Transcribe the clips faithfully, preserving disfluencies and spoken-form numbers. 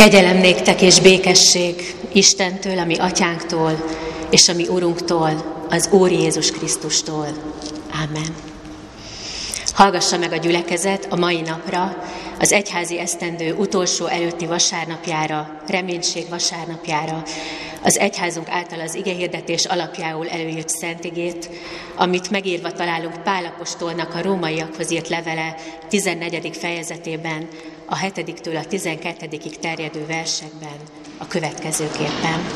Kegyelem néktek és békesség Istentől, a mi atyánktól, és a mi Urunktól, az Úr Jézus Krisztustól. Ámen. Hallgassa meg a gyülekezet a mai napra, az egyházi esztendő utolsó előtti vasárnapjára, reménység vasárnapjára, az egyházunk által az igehirdetés alapjául előírt szentigét, amit megírva találunk Pál apostolnak a rómaiakhoz írt levele tizennegyedik fejezetében, a hetediktől a tizenkettedikig terjedő versekben, a következőképpen.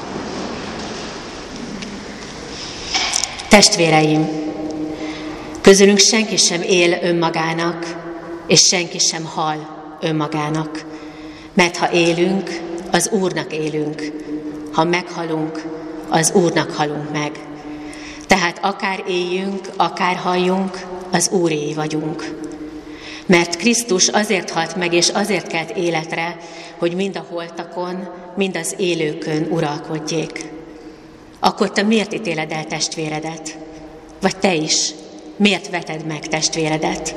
Testvéreim, közülünk senki sem él önmagának, és senki sem hal önmagának, mert ha élünk, az Úrnak élünk, ha meghalunk, az Úrnak halunk meg. Tehát akár éljünk, akár halljunk, az Úréi vagyunk. Mert Krisztus azért halt meg, és azért kelt életre, hogy mind a holtakon, mind az élőkön uralkodjék. Akkor te miért ítéled el testvéredet? Vagy te is, miért veted meg testvéredet?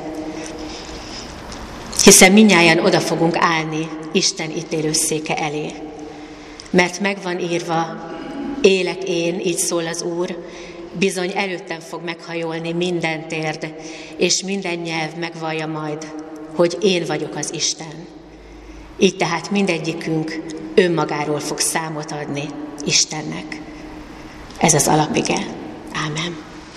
Hiszen mindnyájan oda fogunk állni Isten ítélőszéke elé. Mert megvan írva, élek én, így szól az Úr, bizony előttem fog meghajolni minden térd, és minden nyelv megvallja majd, hogy én vagyok az Isten. Így tehát mindegyikünk önmagáról fog számot adni Istennek. Ez az alapige. Ámen.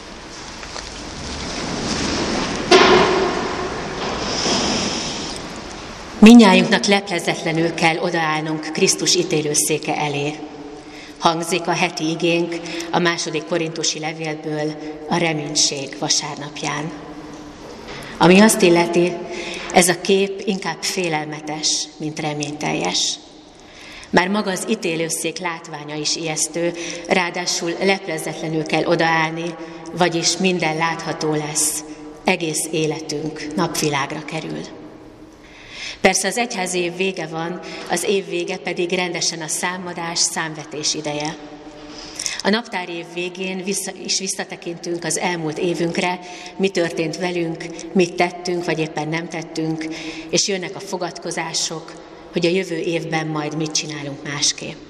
Mindnyájunknak leplezetlenül kell odaállnunk Krisztus ítélőszéke elé. Hangzik a heti igénk a második korintusi levélből a reménység vasárnapján. Ami azt illeti, ez a kép inkább félelmetes, mint reményteljes. Már maga az ítélőszék látványa is ijesztő, ráadásul leplezetlenül kell odaállni, vagyis minden látható lesz, egész életünk napvilágra kerül. Persze az egyházi év vége van, az év vége pedig rendesen a számadás, számvetés ideje. A naptári év végén vissza, is visszatekintünk az elmúlt évünkre, mi történt velünk, mit tettünk, vagy éppen nem tettünk, és jönnek a fogadkozások, hogy a jövő évben majd mit csinálunk másképp.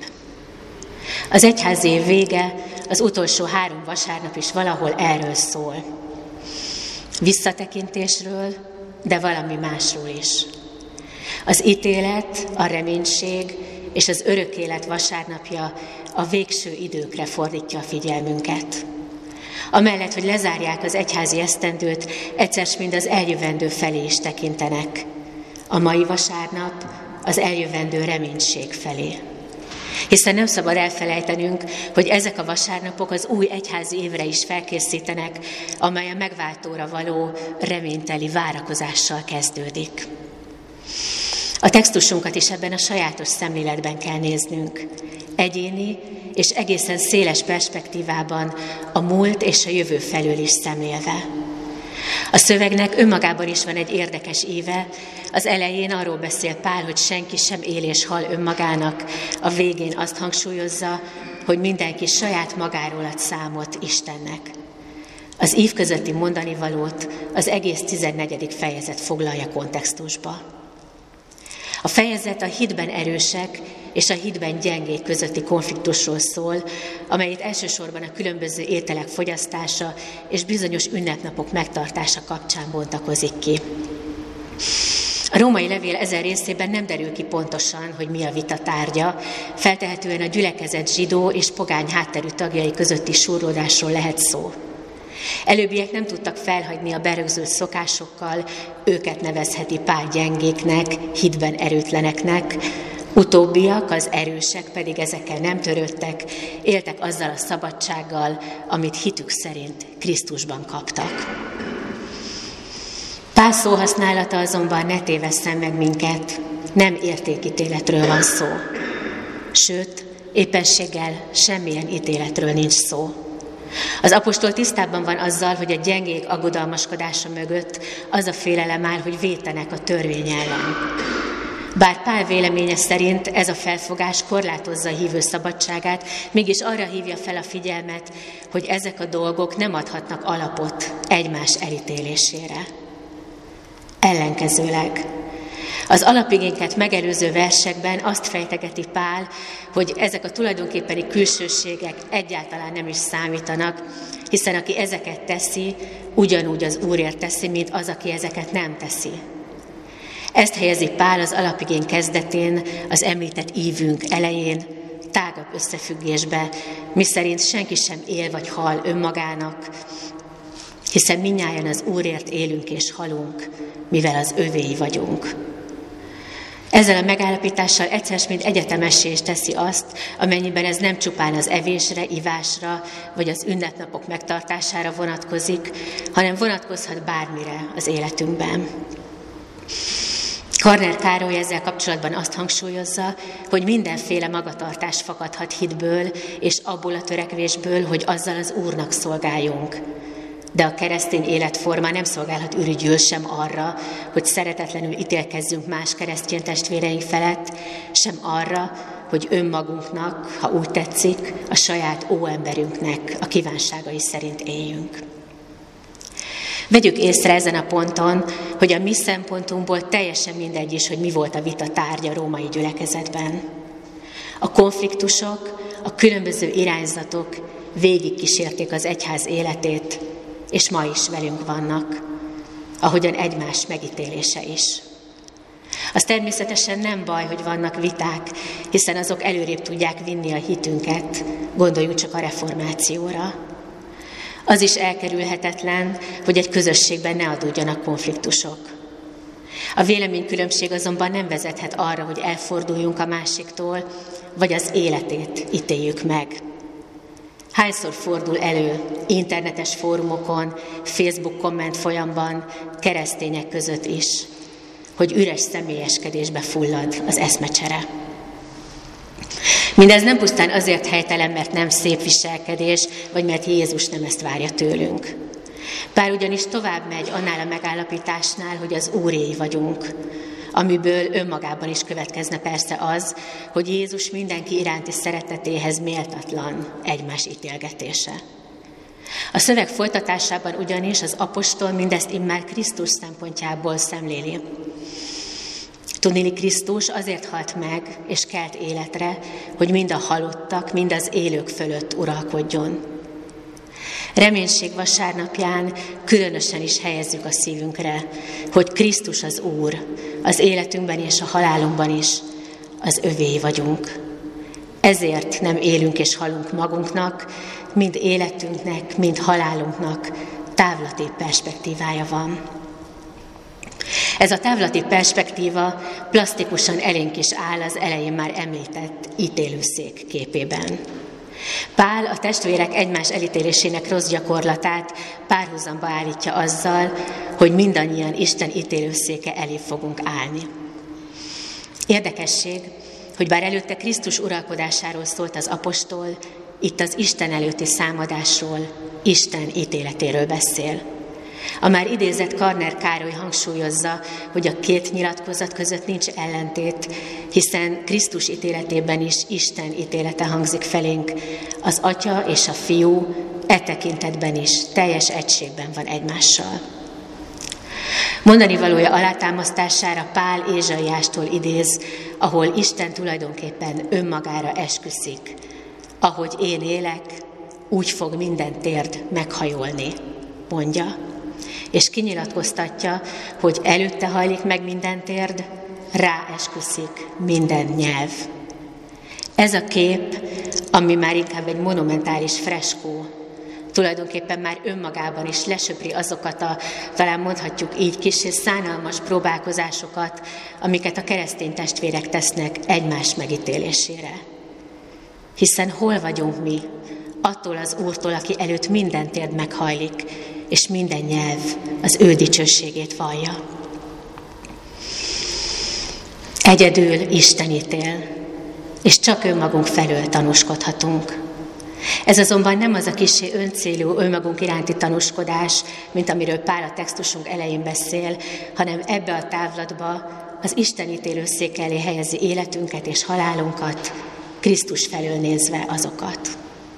Az egyházi év vége, az utolsó három vasárnap is valahol erről szól. Visszatekintésről, de valami másról is. Az ítélet, a reménység és az örök élet vasárnapja a végső időkre fordítja a figyelmünket. Amellett, hogy lezárják az egyházi esztendőt, egyszer mind az eljövendő felé is tekintenek. A mai vasárnap az eljövendő reménység felé. Hiszen nem szabad elfelejtenünk, hogy ezek a vasárnapok az új egyházi évre is felkészítenek, amely a megváltóra való reményteli várakozással kezdődik. A textusunkat is ebben a sajátos szemléletben kell néznünk. Egyéni és egészen széles perspektívában a múlt és a jövő felől is szemlélve. A szövegnek önmagában is van egy érdekes íve. Az elején arról beszél Pál, hogy senki sem él és hal önmagának. A végén azt hangsúlyozza, hogy mindenki saját magáról ad számot Istennek. Az ív közötti mondanivalót az egész tizennegyedik fejezet foglalja kontextusba. A fejezet a hitben erősek és a hitben gyengék közötti konfliktusról szól, amelyet elsősorban a különböző ételek fogyasztása és bizonyos ünnepnapok megtartása kapcsán bontakozik ki. A római levél ezen részében nem derül ki pontosan, hogy mi a vita tárgya, feltehetően a gyülekezet zsidó és pogány hátterű tagjai közötti súrlódásról lehet szó. Előbbiek nem tudtak felhagyni a berögzült szokásokkal, őket nevezheti Pál gyengéknek, hitben erőtleneknek, utóbbiak, az erősek pedig ezekkel nem törődtek, éltek azzal a szabadsággal, amit hitük szerint Krisztusban kaptak. Pál szóhasználata azonban ne tévesszen meg minket, nem értékítéletről van szó. Sőt, éppenséggel semmilyen ítéletről nincs szó. Az apostol tisztában van azzal, hogy a gyengék aggodalmaskodása mögött az a félelem áll, hogy vétenek a törvény ellen. Bár Pál véleménye szerint ez a felfogás korlátozza a hívő szabadságát, mégis arra hívja fel a figyelmet, hogy ezek a dolgok nem adhatnak alapot egymás elítélésére. Ellenkezőleg, Az alapigénket megelőző versekben azt fejtegeti Pál, hogy ezek a tulajdonképpeni külsőségek egyáltalán nem is számítanak, hiszen aki ezeket teszi, ugyanúgy az Úrért teszi, mint az, aki ezeket nem teszi. Ezt helyezi Pál az alapigény kezdetén, az említett ívünk elején, tágabb összefüggésbe, miszerint senki sem él vagy hal önmagának, hiszen mindnyájan az Úrért élünk és halunk, mivel az övéi vagyunk. Ezzel a megállapítással egyszer mint egyetemessé is teszi azt, amennyiben ez nem csupán az evésre, ivásra, vagy az ünnepnapok megtartására vonatkozik, hanem vonatkozhat bármire az életünkben. Karner Károly ezzel kapcsolatban azt hangsúlyozza, hogy mindenféle magatartás fakadhat hitből és abból a törekvésből, hogy azzal az Úrnak szolgáljunk. De a keresztény életforma nem szolgálhat ürügyül sem arra, hogy szeretetlenül ítélkezzünk más keresztény testvéreink felett, sem arra, hogy önmagunknak, ha úgy tetszik, a saját óemberünknek a kívánságai szerint éljünk. Vegyük észre ezen a ponton, hogy a mi szempontunkból teljesen mindegy is, hogy mi volt a vita tárgya a római gyülekezetben. A konfliktusok, a különböző irányzatok végigkísérték az egyház életét, és ma is velünk vannak, ahogyan egymás megítélése is. Az természetesen nem baj, hogy vannak viták, hiszen azok előrébb tudják vinni a hitünket, gondoljunk csak a reformációra. Az is elkerülhetetlen, hogy egy közösségben ne adódjanak konfliktusok. A véleménykülönbség azonban nem vezethet arra, hogy elforduljunk a másiktól, vagy az életét ítéljük meg. Hányszor fordul elő internetes fórumokon, Facebook komment folyamban, keresztények között is, hogy üres személyeskedésbe fullad az eszmecsere. Mindez nem pusztán azért helytelen, mert nem szép viselkedés, vagy mert Jézus nem ezt várja tőlünk. Pál ugyanis tovább megy annál a megállapításnál, hogy az Úréi vagyunk, amiből önmagában is következne persze az, hogy Jézus mindenki iránti szeretetéhez méltatlan egymás ítélgetése. A szöveg folytatásában ugyanis az apostol mindezt immár Krisztus szempontjából szemléli. Tudniillik, Krisztus azért halt meg és kelt életre, hogy mind a halottak, mind az élők fölött uralkodjon. Reménység vasárnapján különösen is helyezzük a szívünkre, hogy Krisztus az Úr, az életünkben és a halálunkban is az övéi vagyunk. Ezért nem élünk és halunk magunknak, mind életünknek, mind halálunknak távlati perspektívája van. Ez a távlati perspektíva plastikusan elénk is áll az elején már említett ítélőszék képében. Pál a testvérek egymás elítélésének rossz gyakorlatát párhuzamba állítja azzal, hogy mindannyian Isten ítélőszéke elé fogunk állni. Érdekesség, hogy bár előtte Krisztus uralkodásáról szólt az apostol, itt az Isten előtti számadásról, Isten ítéletéről beszél. A már idézett Karner Károly hangsúlyozza, hogy a két nyilatkozat között nincs ellentét, hiszen Krisztus ítéletében is Isten ítélete hangzik felénk. Az Atya és a Fiú e tekintetben is teljes egységben van egymással. Mondani valója alátámasztására Pál Ézsaiástól idéz, ahol Isten tulajdonképpen önmagára esküszik. Ahogy én élek, úgy fog minden térd meghajolni, mondja. És kinyilatkoztatja, hogy előtte hajlik meg minden térd, ráesküszik minden nyelv. Ez a kép, ami már inkább egy monumentális freskó, tulajdonképpen már önmagában is lesöpri azokat a, talán mondhatjuk így, kis és szánalmas próbálkozásokat, amiket a keresztény testvérek tesznek egymás megítélésére. Hiszen hol vagyunk mi? Attól az Úrtól, aki előtt minden térd meghajlik, és minden nyelv az ő dicsőségét vallja. Egyedül Isten ítél, és csak önmagunk felől tanúskodhatunk. Ez azonban nem az a kissé öncélú önmagunk iránti tanúskodás, mint amiről Pál a textusunk elején beszél, hanem ebbe a távlatba az Isten ítélőszék elé helyezi életünket és halálunkat, Krisztus felől nézve azokat.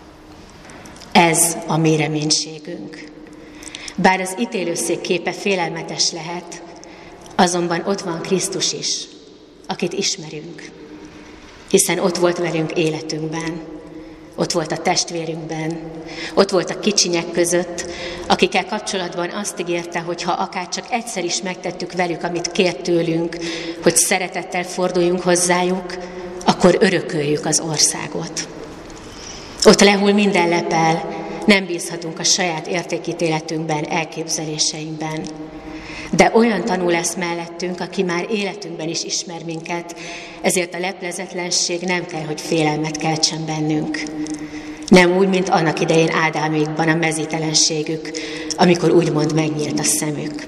Ez a mi reménységünk. Bár az ítélőszék képe félelmetes lehet, Azonban ott van Krisztus is, akit ismerünk, hiszen ott volt velünk életünkben, ott volt a testvérünkben, ott volt a kicsinyek között, akikkel kapcsolatban azt ígérte, hogy ha akár csak egyszer is megtettük velük, amit kért tőlünk, hogy szeretettel forduljunk hozzájuk, akkor örököljük az országot. Ott lehull minden lepel, nem bízhatunk a saját értékítéletünkben, elképzeléseinkben. De olyan tanú lesz mellettünk, aki már életünkben is ismer minket, ezért a leplezetlenség nem kell, hogy félelmet keltsen bennünk. Nem úgy, mint annak idején Ádámékban a mezítelenségük, amikor úgymond megnyílt a szemük.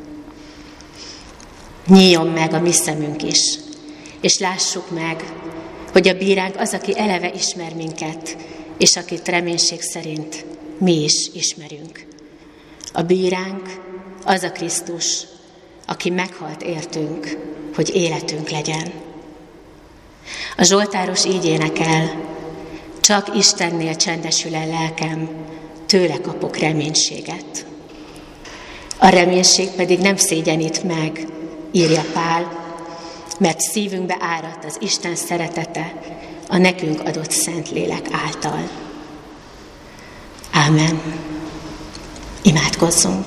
Nyíljon meg a mi szemünk is, és lássuk meg, hogy a bíránk az, aki eleve ismer minket, és akit reménység szerint mi is ismerünk. A bíránk az a Krisztus, aki meghalt értünk, hogy életünk legyen. A zsoltáros így énekel: csak Istennél csendesül el lelkem, tőle kapok reménységet. A reménység pedig nem szégyenít meg, írja Pál, mert szívünkbe áradt az Isten szeretete a nekünk adott Szentlélek által. Ámen. Imádkozzunk.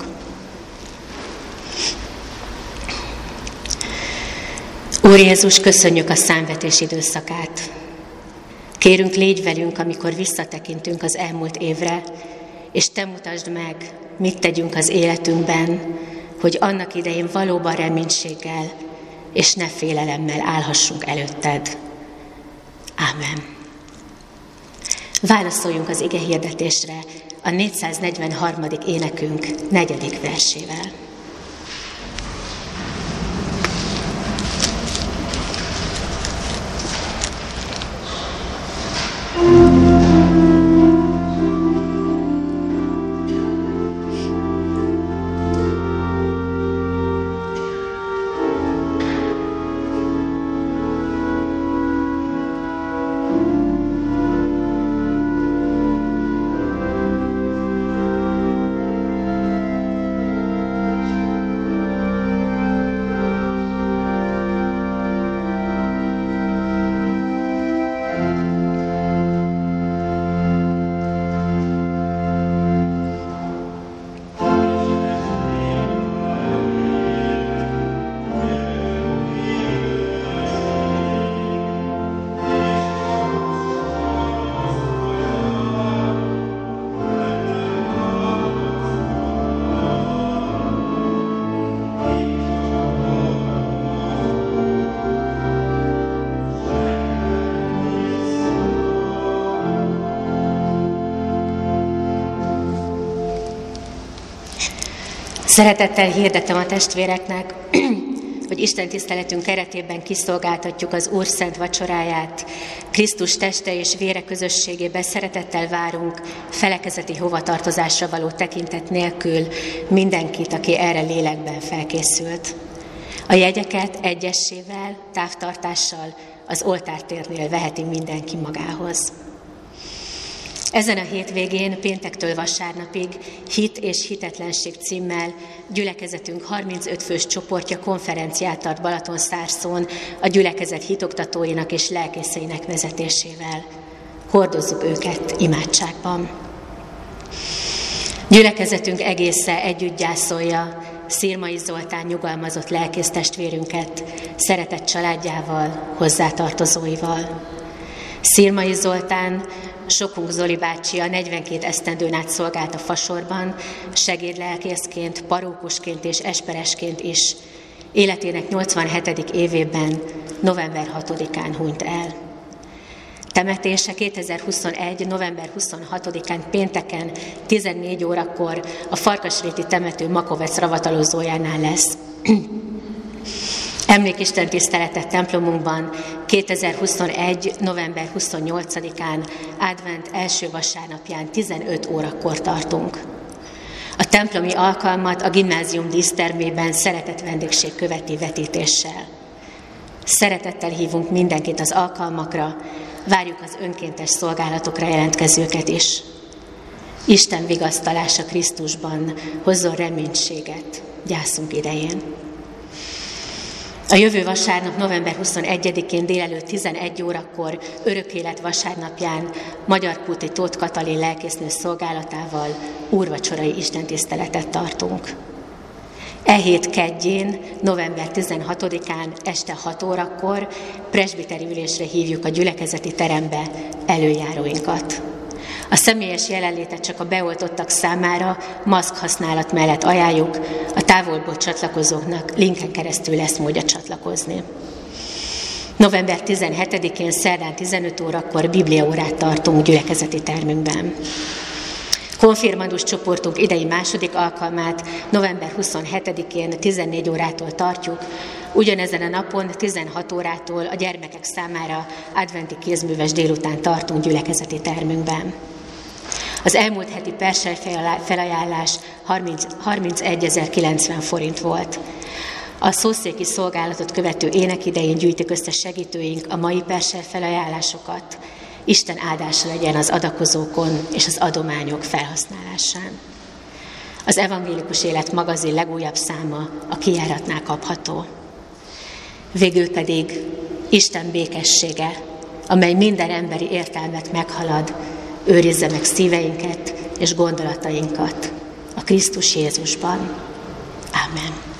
Úr Jézus, köszönjük a számvetés időszakát. Kérünk, légy velünk, amikor visszatekintünk az elmúlt évre, és Te mutasd meg, mit tegyünk az életünkben, hogy annak idején valóban reménységgel és ne félelemmel állhassunk előtted. Ámen. Válaszoljunk az ige hirdetésre a négyszáznegyvenharmadik énekünk negyedik versével. Szeretettel hirdetem a testvéreknek, hogy Isten tiszteletünk keretében kiszolgáltatjuk az Úr szent vacsoráját. Krisztus teste és vére közösségébe szeretettel várunk felekezeti hovatartozásra való tekintet nélkül mindenkit, aki erre lélekben felkészült. A jegyeket egyesével, távtartással az oltártérnél veheti mindenki magához. Ezen a hétvégén, péntektől vasárnapig Hit és hitetlenség címmel gyülekezetünk harmincöt fős csoportja konferenciát tart Balatonszárszón a gyülekezet hitoktatóinak és lelkészeinek vezetésével. Hordozzuk őket imádságban. Gyülekezetünk egésze együtt gyászolja Szirmai Zoltán nyugalmazott lelkésztestvérünket szeretett családjával, hozzátartozóival. Szirmai Zoltán sokunk Zoli bácsi a negyvenkét esztendőn át szolgált a Fasorban, segédlelkészként, parókusként és esperesként is. Életének nyolcvanhetedik évében, november hatodikán hunyt el. Temetése kétezer-huszonegy. november huszonhatodikán pénteken tizennégy órakor a Farkasréti temető Makovec ravatalozójánál lesz. Emlékisten tiszteletet templomunkban kétezer-huszonegy. november huszonnyolcadikán advent első vasárnapján tizenöt órakor tartunk. A templomi alkalmat a gimnázium dísztermében szeretett vendégség követi vetítéssel. Szeretettel hívunk mindenkit az alkalmakra, várjuk az önkéntes szolgálatokra jelentkezőket is. Isten vigasztalása Krisztusban hozzon reménységet gyászunk idején. A jövő vasárnap, november huszonegyedikén délelőtt tizenegy órakor, Örökélet vasárnapján Magyarkúti Tóth Katalin lelkésznő szolgálatával úrvacsorai istentiszteletet tartunk. E hét keddjén, november tizenhatodikán este hat órakor presbiteri ülésre hívjuk a gyülekezeti terembe előjáróinkat. A személyes jelenlétet csak a beoltottak számára maszk használat mellett ajánljuk, a távolból csatlakozóknak linken keresztül lesz módja csatlakozni. november tizenhetedikén szerdán tizenöt órakor bibliaórát tartunk gyülekezeti termünkben. Konfirmandus csoportunk idei második alkalmát november huszonhetedikén tizennégy órától tartjuk, ugyanezen a napon tizenhat órától a gyermekek számára adventi kézműves délután tartunk gyülekezeti termünkben. Az elmúlt heti persely felajánlás harmincegyezer-kilencven forint volt. A szószéki szolgálatot követő ének idején gyűjtik össze segítőink a mai persely felajánlásokat. Isten áldása legyen az adakozókon és az adományok felhasználásán. Az Evangélikus Élet magazin legújabb száma a kijáratnál kapható. Végül pedig Isten békessége, amely minden emberi értelmet meghalad, őrizze meg szíveinket és gondolatainkat a Krisztus Jézusban. Ámen.